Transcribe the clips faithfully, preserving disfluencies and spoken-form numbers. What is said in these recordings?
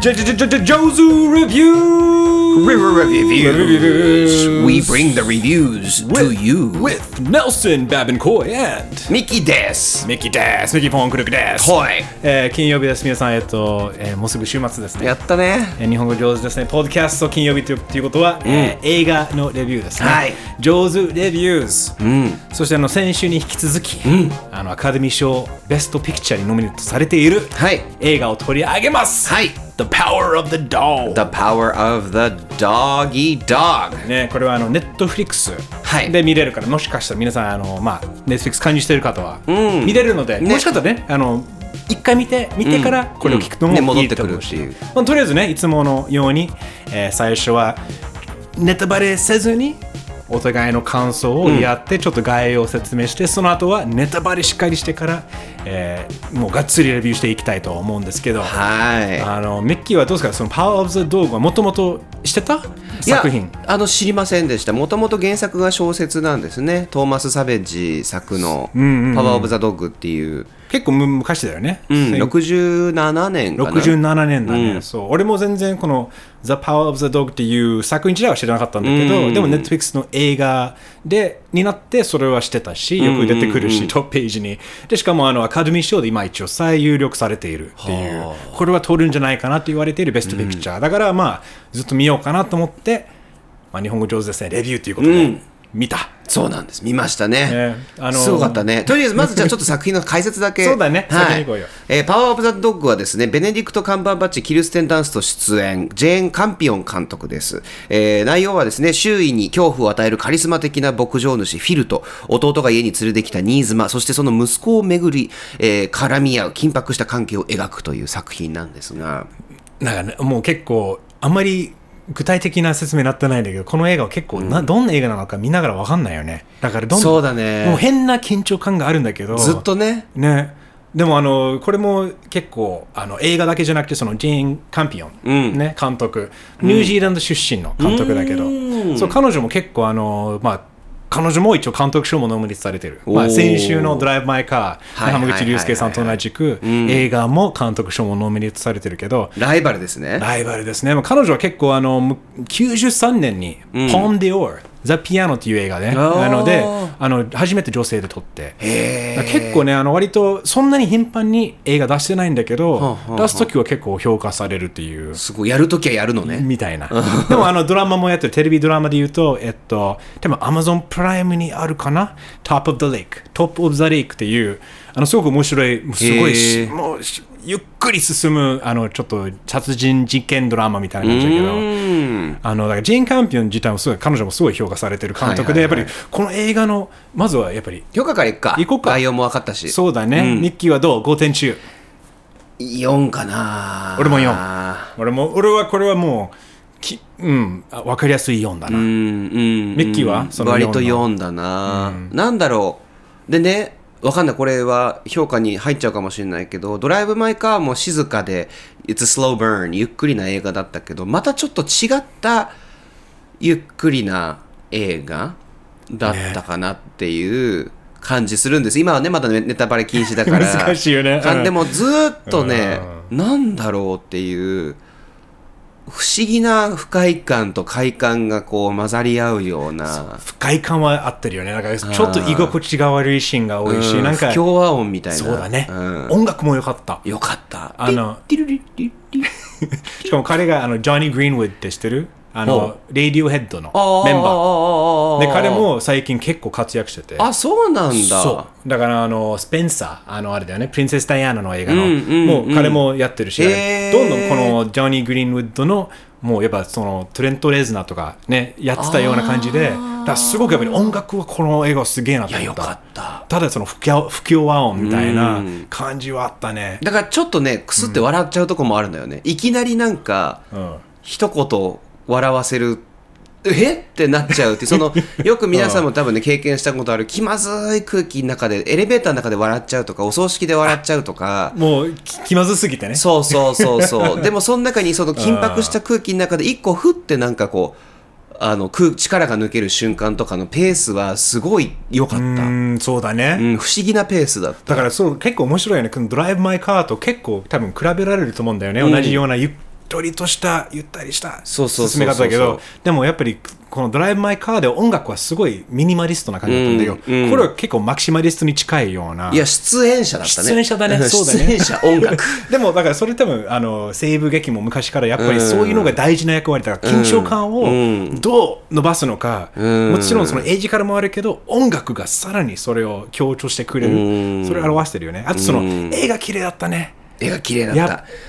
Jozu Review Reviews. We bring the reviews to you with Nelson Babincoy and ミキです。 ミキです。ミキフォンクルクです。 はい、 えー、金曜日です。皆さん、えっと、えー、もうすぐ週末ですね。 やったね。 えー、日本語上手ですね。ポッドキャスト金曜日というということは、うんえー、映画のレビューですね。 はい。 上手レビューズ。 うん。 そしてあの先週に引き続き、うん、あのアカデミー賞ベストピクチャーにノミネートされている、はい、映画を取り上げます。 はい。 The Power of the Dog. The Power of the Doggy Dog. ね、これはあのネットフリックスで見れるから、もしかしたら皆さんあのまあネットフリックス加入している方は見れるので、うん、もしかしたらね、あの一回見て見てからこれを聞くのもいいと思うし、うんうんね、まあ、とりあえずねいつものように、えー、最初はネタバレせずにお互いの感想をやって、うん、ちょっと概要を説明して、その後はネタバレしっかりしてから、えー、もうがっつりレビューしていきたいと思うんですけど、 はい、 あのミッキーはどうですか、その Power of the Dog はもともと知ってた作品？ いや、あの知りませんでした。もともと原作が小説なんですね。トーマス・サベッジ作の Power of the Dog っていう、 結構昔だよね、 うん、ろくじゅうななねんかな。 ろくじゅうななねんだね、うん、そう。俺も全然この The Power of the Dog っていう作品自体は知らなかったんだけど、うん、でも Netflix の映画でになってそれはしてたし、よく出てくるし、うんうんうん、トップページにで、しかもあのアカデミー賞で今一応最有力されているっていう、これは取るんじゃないかなと言われているベストピクチャー、うん、だからまあずっと見ようかなと思って、まあ、日本語上手ですね、レビューということで、うん、見た。 そうなんです、見ましたね、 ね、あのー、 すごかったね。とりあえずまずじゃあちょっと作品の解説だけそうだね、 はい、 先に行こうよ。 えー、パワーオブザドッグはですね、ベネディクト・カンバーバッチ、キルステン・ダンスト出演、ジェーン・カンピオン監督です。えー、内容はですね、周囲に恐怖を与えるカリスマ的な牧場主フィルと弟が家に連れてきた新妻、そしてその息子をめぐり、えー、絡み合う緊迫した関係を描くという作品なんですが、 なんか、ね、もう結構あんまり具体的な説明になってないんだけど、この映画は結構な、うん、どんな映画なのか見ながら分かんないよね。だからどんそうだね、 もう変な緊張感があるんだけど、 ずっとねね。でもあのこれも結構あの映画だけじゃなくて、そのジェーン・カンピオン、うんね、監督、ニュージーランド出身の監督だけど、うん、そう彼女も結構あのまあ彼女も一応監督賞もノミネートされてる、まあ、先週のドライブ・マイ・カー、浜口竜介さんと同じく、うん、映画も監督賞もノミネートされてるけど、 ライバルですね。 ライバルですね。彼女は結構あのきゅうじゅうさんねんに「ポン・デ・オー」ザ・ピアノっていう映画ね、なのであの初めて女性で撮って、結構ねあの割とそんなに頻繁に映画出してないんだけど、はあはあ、出すときは結構評価されるっていう、 すごいやるときはやるのねみたいなでもあのドラマもやってる、テレビドラマで言うと、えっとでも Amazon プライムにあるかな、 Top of the Lake Top of the Lake っていうあのすごく面白い、すごいもうゆっくり進むあのちょっと殺人事件ドラマみたいな感じだけど、あのだからジェーン・カンピオン自体もすごい、彼女もすごい評価されてる監督で、はいはいはい、やっぱりこの映画のまずはやっぱり評価からいくか、 いこうか、 概要も分かったし。 そうだね、うん、ミッキーはどう？ごてん中よんかな。 俺もよん。俺も俺はこれはもうき、うん、分かりやすいよんだな。うんうん、ミッキーはその割とよんだな、うん、なんだろう。でね、わかんない、これは評価に入っちゃうかもしれないけど、ドライブ・マイ・カーも静かで It's a slow burn ゆっくりな映画だったけど、またちょっと違ったゆっくりな映画だったかなっていう感じするんです。今はねまだネタバレ禁止だから難しいよね、 うん、でもずっとね、うん、なんだろうっていう不思議な不快感と快感がこう混ざり合うような、 不快感はあってるよね。だからちょっと居心地が悪いシーンが多いし、うん、なんか不協和音みたいな。 そうだね、うん、音楽も良かった良かった。 あのしかも彼があのジョニー・グリーンウッドって知ってる？あのレイディオヘッドのメンバーで、彼も最近結構活躍してて。 あ、そうなんだ。 そうだからあのスペンサー、あのあれだよね、プリンセス・ダイアナの映画の、うんうんうん、もう彼もやってるし、どんどんこのジョニー・グリーンウッドのもうやっぱそのトレント・レズナーとかねやってたような感じで、だからすごくやっぱり音楽はこの映画はすげえなと思った。いや、よかった。ただその不協、不協和音みたいな感じはあったね。 だからちょっとねクスって笑っちゃうとこもあるんだよね、うん、いきなりなんか、うん、一言笑わせるえってなっちゃうって、そのよく皆さんも多分ね経験したことある気まずい空気の中でエレベーターの中で笑っちゃうとか、お葬式で笑っちゃうとか、 もう気まずすぎてね。 そうそうそうそうでもその中にその緊迫した空気の中で一個ふってなんかこうあの力が抜ける瞬間とかのペースはすごい良かった。うーん、そうだね、 うん、不思議なペースだった。 だからそう結構面白いよね。このドライブ・マイ・カーと結構多分比べられると思うんだよね、うん、同じようなゆっとりとしたゆったりしたそうそう進め方だけど、でもやっぱりこのドライブ・マイ・カーで音楽はすごいミニマリストな感じだったんだよ、うんうん、これは結構マキシマリストに近いような。 いや出演者だったね。 出演者だね。そうだね。 出演者音楽でもだからそれ多分あの西部劇も昔からやっぱりそういうのが大事な役割だから、緊張感をどう伸ばすのか、うん、もちろんそのエイジからもあるけど音楽がさらにそれを強調してくれる、うん、それを表してるよね。あとその、うん、映画綺麗だったね。 絵が綺麗だった。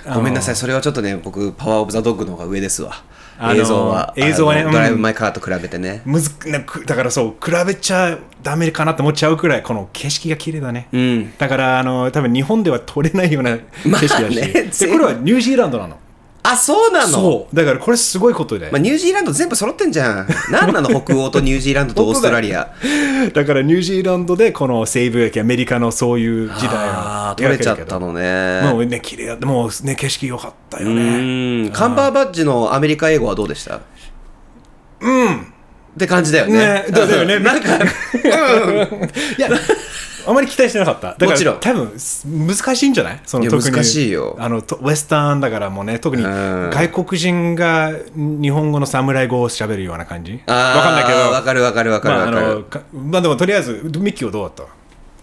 ごめんなさい、それはちょっとね、僕パワーオブザドッグの方が上ですわ。映像は映像はね、ドライブ・マイ・カーと比べてね、 むずだからそう比べちゃダメかなと思っちゃうくらいこの景色が綺麗だね、うん、だからあの多分日本では撮れないような景色だし、まあね、でこれはニュージーランドなの。 あ、そうなの。 そうだからこれすごいことで、 まあ、ニュージーランド全部揃ってんじゃん。何なの北欧とニュージーランドとオーストラリアだ, だからニュージーランドでこの西部劇アメリカのそういう時代を撮れちゃったのね。 もうね綺麗だって、もうね景色良かったよね。 うん、カンバーバッジのアメリカ英語はどうでした？ うんって感じだよね。 ねだよね。なんか、うん、いやあまり期待してなかった。だからもちろん多分難しいんじゃない？その特に難しいよ。 あのウェスタンだからもうね、特に外国人が日本語の侍語を喋るような感じ。わかんないけど。 わかるわかるわかるわかる。まあ、あのかまあでもとりあえずミッキーはどうだった？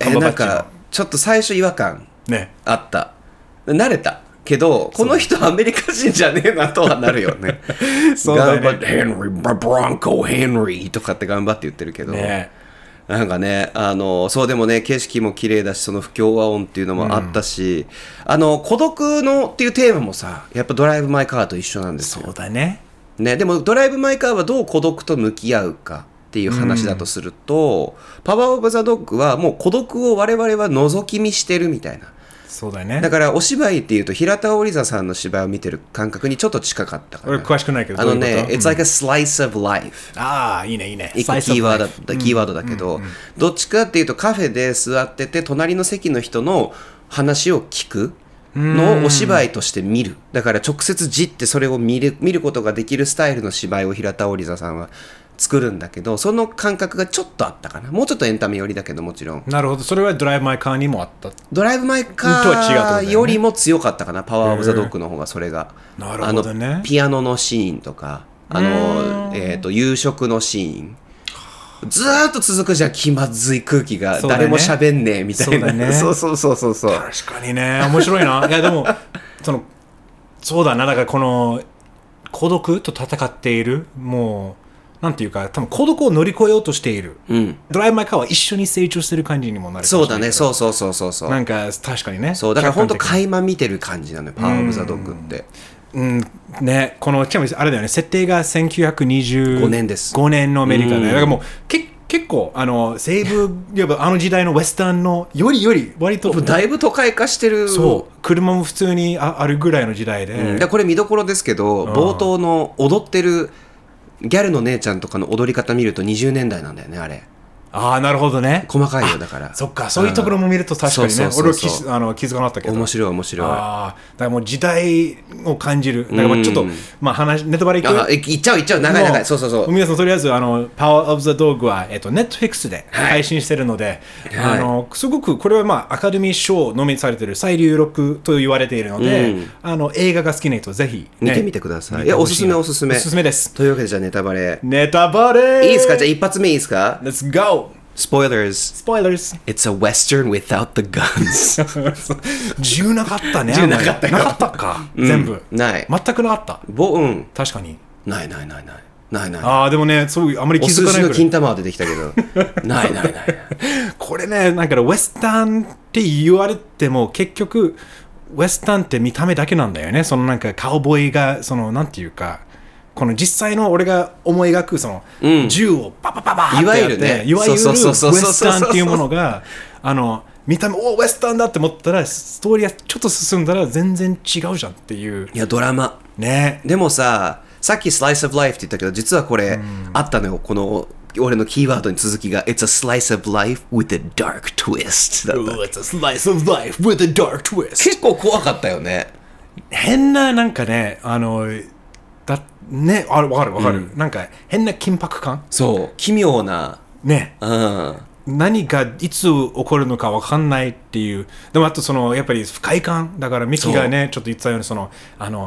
えなんかちょっと最初違和感あった。ね、慣れた。けどこの人アメリカ人じゃねえなとはなるよね。そうだね。頑張ってヘンリー、ブランコヘンリーとかって頑張って言ってるけど、ね、なんかね、あのそうでもね、景色も綺麗だし、その不協和音っていうのもあったし、うん、あの孤独のっていうテーマもさ、やっぱドライブ・マイ・カーと一緒なんですよ。 そうだね。 ね、でもドライブ・マイ・カーはどう孤独と向き合うかっていう話だとすると、うん、パワー・オブ・ザ・ドッグはもう孤独を我々は覗き見してるみたいな。 そうだね。 だからお芝居っていうと平田織座さんの芝居を見てる感覚にちょっと近かったから。 俺詳しくないけど、 あのね、It's like a slice of life。 ああ、いいねいいね。 一個キーワードだ、キーワードだけど、うんうんうん、どっちかっていうとカフェで座ってて隣の席の人の話を聞くのをお芝居として見る。だから直接じってそれを見る、見ることができるスタイルの芝居を平田織座さんは作るんだけど、その感覚がちょっとあったかな。もうちょっとエンタメ寄りだけど、もちろん。 なるほど。それはドライブ・マイ・カーにもあった。 ドライブ・マイ・カーよりも強かったかな。パワー・オブ・ザ・ドッグの方がそれが。 なるほどね。 あのピアノのシーンとか、あの、えーと、夕食のシーン。ずーっと続くじゃん、気まずい空気が、ね、誰も喋んねえみたいな。そうだね。そうそうそうそうそう。 確かにね、面白いな。いやでもそのそうだな、だからこの孤独と戦っている、もうなんていうか、多分孤独を乗り越えようとしている、うん、ドライブ・マイ・カーは一緒に成長してる感じにもなる。 そうだね、そうそうそうそうそう。 なんか確かにね。 そうだから本当垣間見てる感じなのよ、パワー・オブ・ザ・ドッグって。 うんね、このちなみにあれだよね、設定がせんきゅうひゃくにじゅうごねんです。 ごねんのアメリカで、ね、だからもうけ結構あの西部あの時代のウェスタンのよりより割とだいぶ都会化してる。 そう車も普通に あ, あるぐらいの時代で、 うん、だこれ見どころですけど、冒頭の踊ってるギャルの姉ちゃんとかの踊り方見るとにじゅうねんだいなんだよね、あれ。 ああ、なるほどね。 細かいよ、だから。 そっか、そういうところも見ると確かにね、俺は気づ、あの気づかなかったけど。 面白い、面白い。 ああ、だからもう時代を感じる。だからもうちょっと、まあ話、ネタバレいく？あ、 いっちゃう、いっちゃう、長い長い。そうそうそう。 皆さん、とりあえず、あの、Power of the Dog は、えっと、Netflix で配信してるので、はい、あの、すごく、これはまあ、アカデミー賞ノミネートされている最有力と言われているので、うん、あの、映画が好きな人、ぜひ、 ね、見てみてください。いや、おすすめ、おすすめ。 おすすめです。 というわけで、じゃあネタバレ。 ネタバレいいですか？じゃあ一発目いいですか？ Let's go! Spoilers. Spoilers. It's a western without the guns. 銃なかったね。 銃なかったよ。 なかったか、うん、全部。 ない。 全くなかった。 ぼ、うん。 確かに。 ないないないない。ないない。 ああ、でもね、そういう、あまり気づかない。お寿司の金玉は出てきたけど。ないないない。 これね、なんかウェスタンって言われても、結局、ウェスタンって見た目だけなんだよね。そのなんかカウボーイが、その、なんていうか、この実際の俺が思い描くその、うん、銃をパパパパってやって、いわゆるね、いわゆるウェスタンっていうものがあの見た目おウェスタンだって思ったらストーリーがちょっと進んだら全然違うじゃんっていう。 いやドラマね。 でもさ、さっき Slice of Life って言ったけど、実はこれ、うん、あったのよ、この俺のキーワードに続きが It's a slice of life with a dark twist だった。 It's a slice of life with a dark twist。 結構怖かったよね。 変ななんかね、あのだね、あるわかるわかる、うん、なんか変な緊迫感。 そう奇妙なね、 うん、 何がいつ起こるのか分かんないっていう。でもあとそのやっぱり不快感だから、ミキがねちょっと言ってたように、そのあの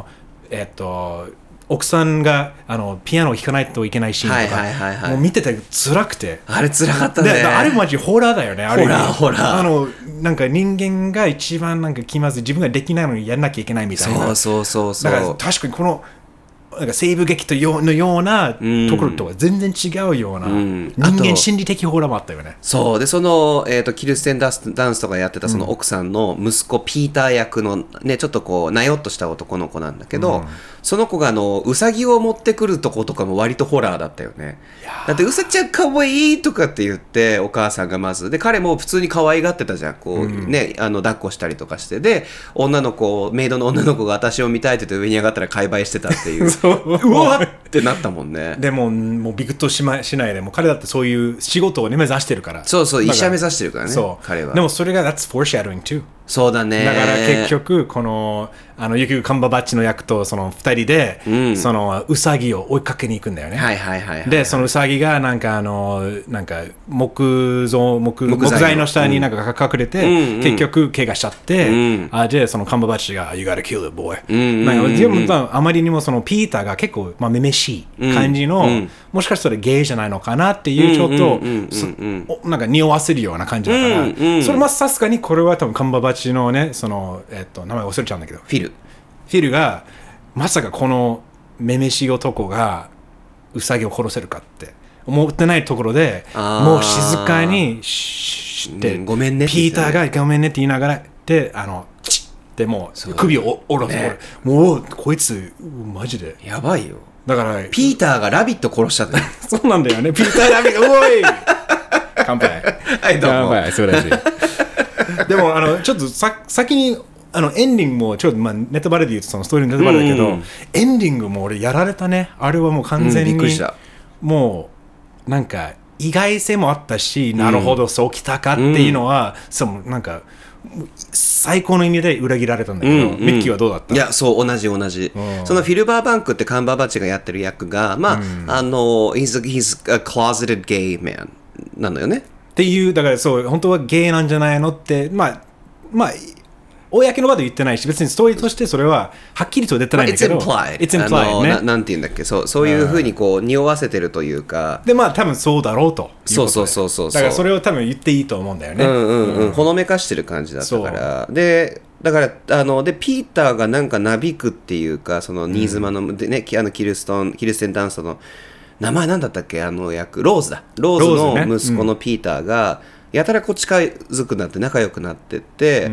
えっと奥さんがあのピアノを弾かないといけないシーンとか、はいはいはいはい、もう見てて辛くて、 あれ辛かったね。 あれマジホラーだよね。あれホラーホラー。 あのなんか人間が一番なんか気まずい、自分ができないのにやんなきゃいけないみたいな。 そうそうそうそう。 だから確かにこのなんか西部劇とのようなところとは全然違うような、うん、人間心理的ホラーもあったよね。 そうで、その、えーと、キルステンダンス、ダンスとかやってたその奥さんの息子、うん、ピーター役のね、ちょっとこうなよっとした男の子なんだけど、うん、その子があのウサギを持ってくるとことかも割とホラーだったよね。だってウサちゃんかわいいとかって言ってお母さんがまずで、彼も普通に可愛がってたじゃん、こう、うん、ね、あの抱っこしたりとかして、で女の子、メイドの女の子が私を見たいって言って上に上がったら買買してたっていううわっってなったもんね。 でももうビクッとし、ま、しないでも彼だってそういう仕事を、ね、目指してるから。 そうそう、医者目指してるからね、 そう彼は。 でもそれが that's foreshadowing too。 そうだね。 だから結局このあのユキューカンババッチの役とそのふたりで、うん、そのウサギを追いかけに行くんだよね。 はいはいはい、はい、 でそのウサギがなんかあのなんか木造 木, 木材の下になんか隠れて、うん、結局怪我しちゃって、うん、あでそのカンババッチが You gotta kill it boy、うん、なんかでもあまりにもそのピーターが結構まあめめしい感じの、うん、もしかしたらゲイじゃないのかなっていうちょっとなんか匂わせるような感じだから、うんうん、それもさすがにこれは多分カンババッチのねその、えっと、名前忘れちゃうんだけどフィルフィルがまさかこのめめしい男がウサギを殺せるかって思ってないところでもう静かにシュッて、うん、 ごめんねってピーターがごめんねって言いながらであのチッでもう首を下ろす、ね、もうこいつマジでやばいよ。 だからピーターがラビット殺しちゃったそうなんだよね。ピーターラビットおい乾杯はいどうも乾杯素晴らしいでもあのちょっとさ先にあのエンディングもちょっと、まあ、ネタバレで言うとそのストーリーのネタバレだけど、うんうん、エンディングも俺やられたね。あれはもう完全に、うん、びっくりした。もうなんか意外性もあったし、うん、なるほどそうきたかっていうのは、うん、そのなんか最高の意味で裏切られたんだけど、うんうん、ミッキーはどうだった？ いやそう同じ同じ、うん、そのフィルバーバンクってカンバーバッチがやってる役がまあ、うん、あの he's a, he's a closeted gay man なのよねっていう。だからそう本当はゲイなんじゃないのってまあまあ公の場で言ってないし別にストーリーとしてそれははっきりと出てないんだけど、 まあ、It's implied, It's implied ね、な, なんて言うんだっけ、そうそういうふうにこう匂わせてるというかでまあ多分そうだろうということで、 そうそうそうそうだからそれを多分言っていいと思うんだよね。 うんうんうん、うん、ほのめかしてる感じだったからでだからあのでピーターがなんかなびくっていうかその新妻の、うん、でねあのキルストンキルステンダンスの名前なんだったっけあの役ローズだローズの息子のピーターが、ねうんやたらこう近づくなって仲良くなってって、うん、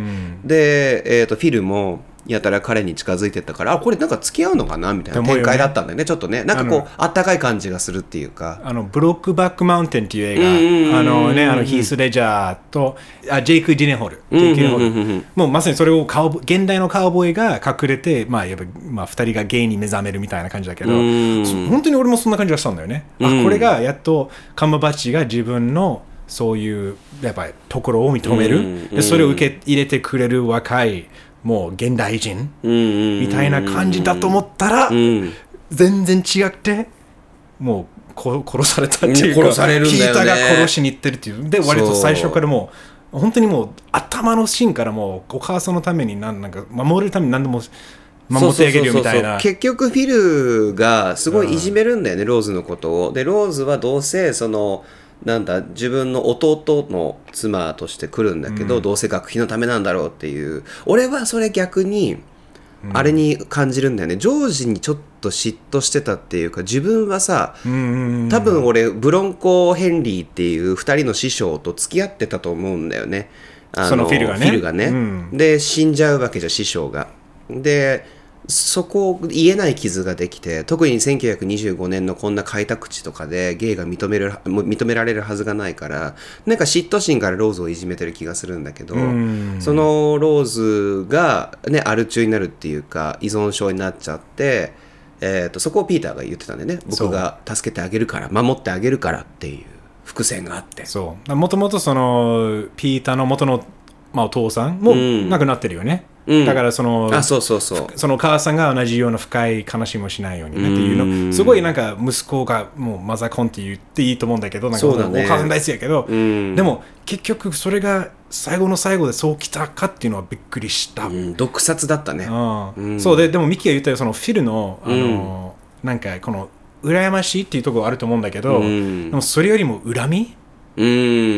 で、えーと、フィルもやたら彼に近づいてったからあこれなんか付き合うのかなみたいな展開だったんだよね。ちょっとねなんかこうあったかい感じがするっていうかあのブロックバックマウンテンっていう映画あのねあのヒース・レジャーとあジェイク・ディネホルもうまさにそれをカウボ現代のカウボーイが隠れてまあやっぱまあふたりがゲイに目覚めるみたいな感じだけど本当に俺もそんな感じがしたんだよね。あこれがやっとカンバーバッチが自分のそういうやっぱりところを認める、うん、でそれを受け入れてくれる若いもう現代人みたいな感じだと思ったら、うん、全然違ってもうこ殺されたっていうか殺されるんだよね。 ピーターが殺しに行ってるっていうで割と最初からもう本当にもう頭の芯からもうお母さんのために何なんか守れるために何でも守ってあげるよみたいな。 結局フィルがすごいいじめるんだよね、うん、ローズのことを。でローズはどうせそのなんだ自分の弟の妻として来るんだけど、うん、どうせ学費のためなんだろうっていう俺はそれ逆にあれに感じるんだよね、うん、ジョージにちょっと嫉妬してたっていうか自分はさ、うん、多分俺ブロンコ・ヘンリーっていうふたりの師匠と付き合ってたと思うんだよね。あのそのフィルがね、 フィルがね、うん、で死んじゃうわけじゃ師匠がでそこを言えない傷ができて特にせんきゅうひゃくにじゅうごねんのこんな開拓地とかでゲイが認める認められるはずがないからなんか嫉妬心からローズをいじめてる気がするんだけどそのローズが、ね、アル中になるっていうか依存症になっちゃって、えー、とそこをピーターが言ってたんでね僕が助けてあげるから守ってあげるからっていう伏線があってそうもともとそのピーターの元の、まあ、お父さんも亡くなってるよね、うん、だからその、 あ、そうそうそう。 その母さんが同じような深い悲しみをしないようにねっていうのすごいなんか息子がもうマザコンって言っていいと思うんだけどなんかお母さん大好きやけどでも結局それが最後の最後でそうきたかっていうのはびっくりした、 うん、毒殺だったね、 うんうん、そうででもミキが言ったようにそのフィルの、あの、うん、なんかこの羨ましいっていうところがあると思うんだけど、うん、でもそれよりも恨み、うん、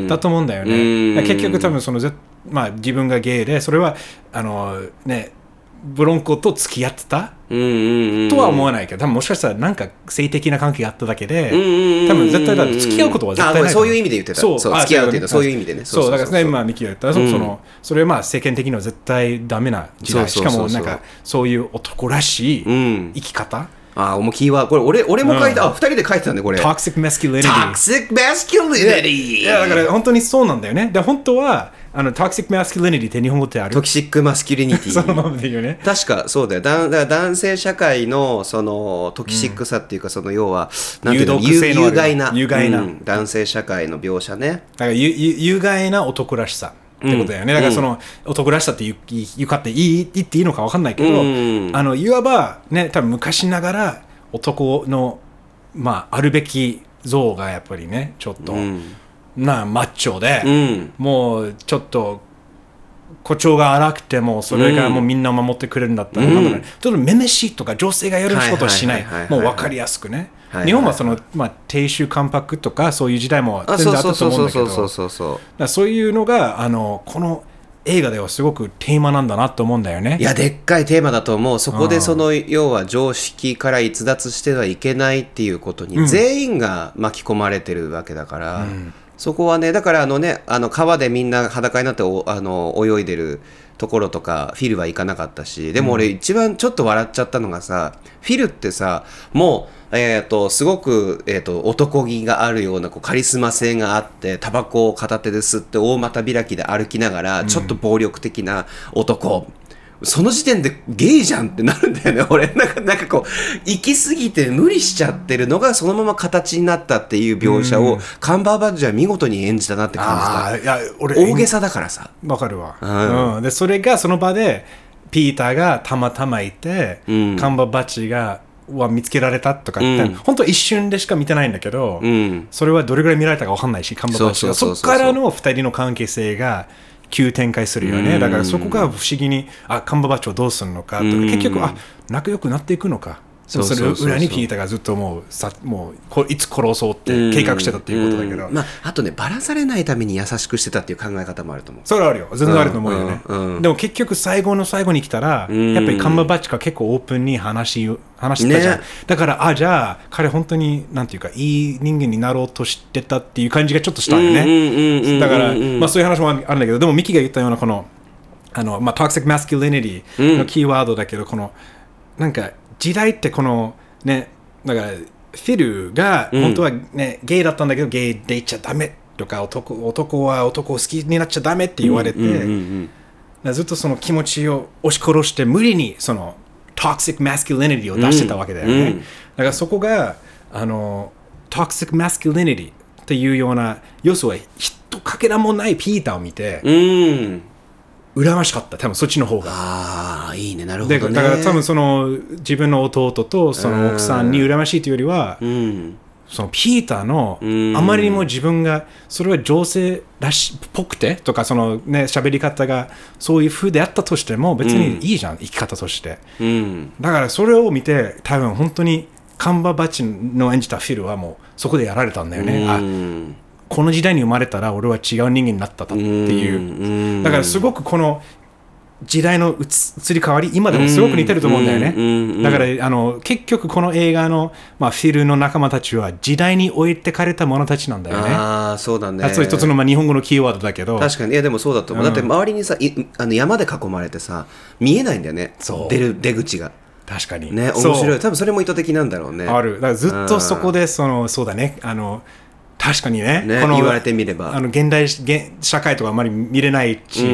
だと思うんだよね、うん、結局多分その、まあ、自分がゲイでそれはあのねブロンコと付き合ってた、うんうんうん、とは思わないけど多分もしかしたらなんか性的な関係があっただけで、うんうんうん、多分絶対だ付き合うことは絶対ない。 あそういう意味で言ってた。そうそう付き合うっていうのはそういう意味でね。 そうだからね今ミキが言った、うん、そのそれはまあ世間的には絶対ダメな時代、しかもなんかそういう男らしい生き方、うん、 ああ、もうキーワードこれ俺俺も書いた、うん、あ二人で書いてたんでこれ。 Toxic masculinity。 Toxic masculinity。 いやだから本当にそうなんだよね。で本当はあの Toxic masculinity って日本語ってある。 トキシックマスキュリニティ。 そのままで言うね。 確かそうだよ。だだから男性社会のそのトキシックさっていうか、うん、その要はなんていうの有害な有害な、 うん、男性社会の描写ね。 だから有有害な男らしさ。ってことだよね、うん、だからその、うん、男らしさって言うかっていい言っていいのか分かんないけど、うん、あのいわばね多分昔ながら男のまああるべき像がやっぱりねちょっと、うん、なマッチョで、うん、もうちょっと誇張が荒くてもそれがもうみんな守ってくれるんだったら、うん、なんだろうね、ちょっとめめしいとか女性がやることはしない、もう分かりやすくね。日本はその、まあ、亭主関白とかそういう時代も全然あったと思うんだけど、そういうのがあのこの映画ではすごくテーマなんだなと思うんだよね。 いやでっかいテーマだと思う。そこでその要は常識から逸脱してはいけないっていうことに全員が巻き込まれてるわけだから、うん、そこはねだからあのねあの川でみんな裸になっておあの泳いでるところとかフィルは行かなかったし、でも俺一番ちょっと笑っちゃったのがさ、うん、フィルってさもうえー、とすごく、えー、と男気があるようなこうカリスマ性があってタバコを片手で吸って大股開きで歩きながら、うん、ちょっと暴力的な男、その時点でゲイじゃんってなるんだよね俺なんか、なんかこう行き過ぎて無理しちゃってるのがそのまま形になったっていう描写を、うん、カンバーバッジは見事に演じたなって感じた。あいや俺大げさだからさわかるわ、うんうん、でそれがその場でピーターがたまたまいて、うん、カンバーバッジがは見つけられたとかって、うん、本当一瞬でしか見てないんだけど、うん、それはどれぐらい見られたか分かんないし、カンバーバッチがそこからのふたりの関係性が急展開するよね、うん、だからそこが不思議にあカンバーバッチをどうするのかとか、うん、結局あ仲良くなっていくのか、そうそれ裏にピーターがずっともうさもういつ殺そうって計画してたっていうことだけど、 うんうんまあ、あとねバラされないために優しくしてたっていう考え方もあると思う。 それはあるよ、全然あると思うよね、うんうん、でも結局最後の最後に来たら、うん、やっぱりカンバーバッチが結構オープンに話話してたじゃん、ね、だからあじゃあ彼本当になんていうかいい人間になろうとしてたっていう感じがちょっとしたよね。だから、まあ、そういう話もあるんだけど、でもミキが言ったようなこのあの、まあ、トクシックマスキュリニティのキーワードだけど、うん、このなんか時代ってこのね、だからフィルが本当はね、うん、ゲイだったんだけどゲイで言っちゃダメとか 男, 男は男を好きになっちゃダメって言われて、うんうんうんうん、ずっとその気持ちを押し殺して無理にそのトクシックマスキュリニティを出してたわけだよね、うんうん、だからそこがあのトクシックマスキュリニティっていうような要素はひとかけらもないピーターを見て、うん羨ましかった、多分そっちの方が。 ああいいね、なるほどね。 だから多分その自分の弟とその奥さんに羨ましいというよりは、うん、そのピーターのあまりにも自分がそれは女性らしっぽくてとかそのね喋り方がそういう風であったとしても別にいいじゃん、うん、生き方として、うん、だからそれを見て多分本当にカンバーバッチの演じたフィルはもうそこでやられたんだよね、うんあこの時代に生まれたら俺は違う人間になったっていう、だからすごくこの時代の移り変わり今でもすごく似てると思うんだよね。だからあの結局この映画の、まあ、フィルの仲間たちは時代に置いてかれた者たちなんだよね。 ああそうだね。 それ一つの、まあ、日本語のキーワードだけど確かにいやでもそうだと思う、うん、だって周りにさいあの山で囲まれてさ見えないんだよね、出る出口が。 確かにね面白い。多分それも意図的なんだろうね。 ある。だからずっとそこでそのそうだねあの確かに ね, ねこの言われてみればあの現代現社会とかあまり見れないし、うん、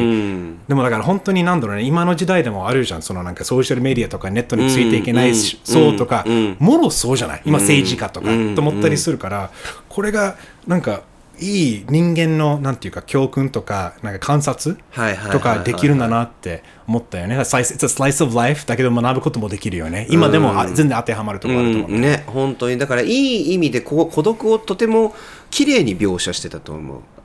でもだから本当に何だろうね今の時代でもあるじゃんそのなんかソーシャルメディアとかネットについていけない層とか、うんうん、もろそうじゃない今政治家とか、うん、と思ったりするからこれがなんかいい人間のなんていうか教訓とかなんか観察とかできるんだなって思ったよね。It's a slice of life だけど学ぶこともできるよね。今でも全然当てはまるところあると思う、 うん、ね本当にだからいい意味でこう孤独をとても綺麗に描写してたと思う。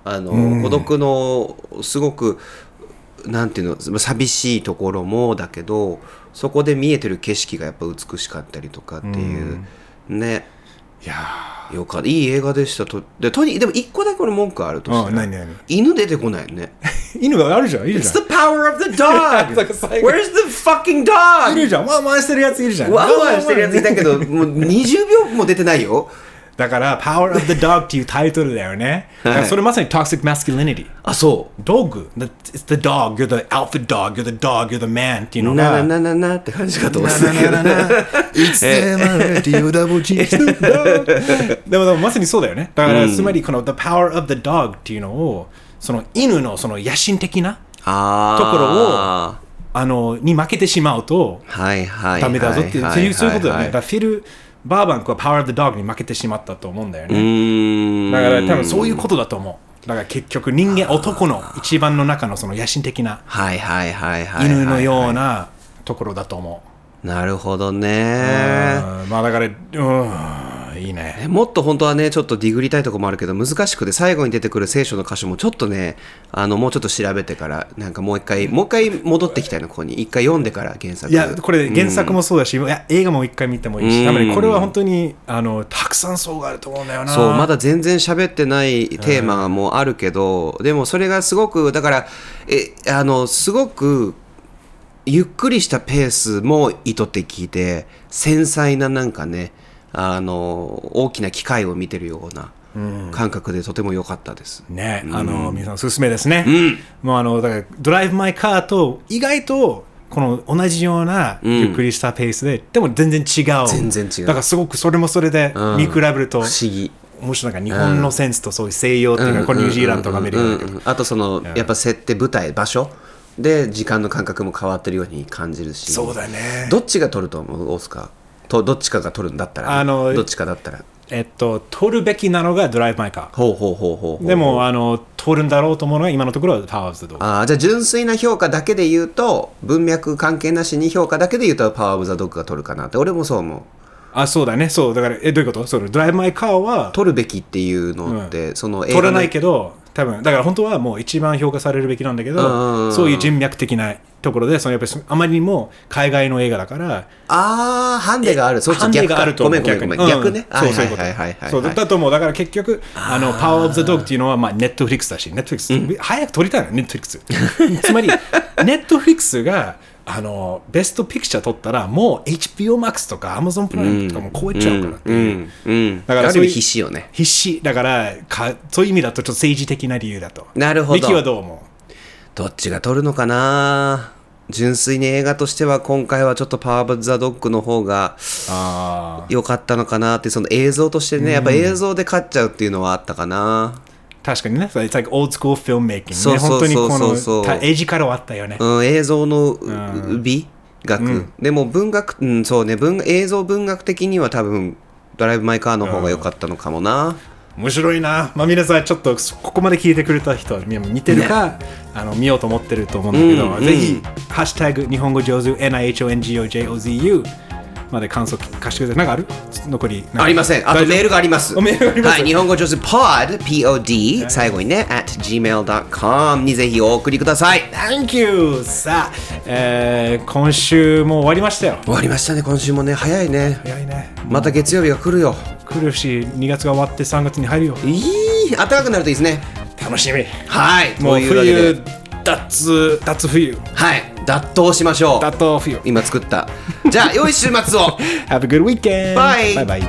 あの孤独のすごくなんていうの寂しいところもだけど、そこで見えてる景色がやっぱ美しかったりとかっていうね。 いやよかったいい映画でしたと。でとにでも一個だけこれ文句あるとしたら、犬出てこないね。 犬があるじゃん、いるじゃん。 It's the power of the dog Where's the fucking dog いるじゃん、ワンワンしてるやついるじゃん。 ワンワンしてるやついたけどもうにじゅうびょうも出てないよ。 だから Power of the Dog っていうタイトルだよね。だからそれまさに Toxic Masculinity。 あ、そう。 ドッグ。It's the dog. You're the alpha dog. You're the dog. You're the man. っていうのが。 なななななって感じかと思ってたけど。It's the man. Double G. でもでもまさにそうだよね。だから、うん、つまりこの The Power of the Dog っていうのをその犬のその野心的なところをあのに負けてしまうとダメだぞっていうそういうそういうことだよね。だからフィルバーバンクは Power of the Dog に負けてしまったと思うんだよね。うーんだから多分そういうことだと思う。だから結局人間男の一番の中のその野心的な犬のようなところだと思う。 なるほどね。 まあだからうんいいね。 もっと本当はねちょっとディグりたいところもあるけど難しくて、最後に出てくる聖書の箇所もちょっとねあのもうちょっと調べてからなんかもう一回もう一回戻ってきたいの、ここに一回読んでから原作。 いやこれ原作もそうだし、うん、いや映画も一回見てもいいし、たまにこれは本当にあのたくさん層があると思うんだよな。 そうまだ全然喋ってないテーマもあるけど、うん、でもそれがすごくだからえあのすごくゆっくりしたペースも意図的で繊細ななんかねあの大きな機械を見てるような感覚でとても良かったです、 うんね。あの、うん、皆さんおすすめですね、 うん、 もうあのだからドライブマイカーと意外とこの同じようなゆっくりしたペースで、うん、でも全然違う全然違う。 だからすごくそれもそれで見比べると、 うん、不思議。 もしなんか日本のセンスとそういう西洋っていうか、うん、これニュージーランドとかアメリカだけど、 あとそのやっぱ設定舞台場所で時間の感覚も変わってるように感じるし。 そうだね。 どっちが取ると思うオスカーとどっちかが取るんだったら、ね、あのどっちかだったらえっと取るべきなのがドライブマイカー。 ほうほうほうほうほう。 でもあの取るんだろうと思うのが今のところはパワーオブザドッグ。 ああじゃあ純粋な評価だけで言うと文脈関係なしに評価だけで言うとパワーオブザドッグが取るかなって俺もそう思う。 あそうだね。そうだからえどういうこと？そのドライブマイカーは取るべきっていうのって、うん、その映画取らないけど多分だから本当はもう一番評価されるべきなんだけど、そういう人脈的なところでそのやっぱりあまりにも海外の映画だからああハンデがある。そっちハンデがあると思う。 ごめんごめんごめん、逆ね。 そうそういうことそうだと思う。だから結局あのパワーオブザドッグっていうのはまあネットフリックスだしネットフリックス、うん、早く撮りたいのネットフリックスつまりネットフリックスがあのベストピクチャー撮ったらもう エイチビーオー Max とか Amazon プライムとかも超えちゃうからっていう、 うんうんうん、 だからそういう必死よね。 必死だからかそういう意味だとちょっと政治的な理由だと。 なるほど。 ミキはどう思う？ どっちが撮るのかな。純粋に映画としては今回はちょっとパワーオブザドッグの方が良かったのかなって、その映像としてね、やっぱ映像で勝っちゃうっていうのはあったかな。 確かにね、It's like old school filmmaking ね。そうそうそうそう。本当にこの絵力はあったよね。 うん、映像の美学、うん、でも文学、うん、そうね、文映像文学的には多分ドライブ・マイ・カーの方が良かったのかもな。 面白いな。まあ皆さんちょっとここまで聞いてくれた人は見てるか、ね、あの見ようと思ってると思うんだけど、うん、ぜひ、うん、ハッシュタグ日本語上手 エヌアイエイチオーエヌジーオージェイオーゼットユーまで感想貸してください。なんかある？残りありません。あとメールがあります。 メールがあります。 はい、日本語上手 pod pod、はい、最後にね atジーメールドットコム にぜひお送りください。 Thank you。 さあ、えー、今週も終わりましたよ。 終わりましたね。今週もね早いね。 早いね。 また月曜日が来るよ。 来るしにがつが終わってさんがつに入るよ。 いい暖かくなるといいですね。 楽しみ。 はい。 もう冬脱脱冬。 はい。脱冬しましょう。 脱冬冬。 今作った。じゃあ良い週末を。 Have a good weekend. Bye. Bye bye.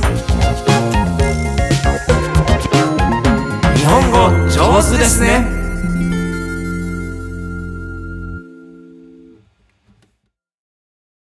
日本語上手ですね。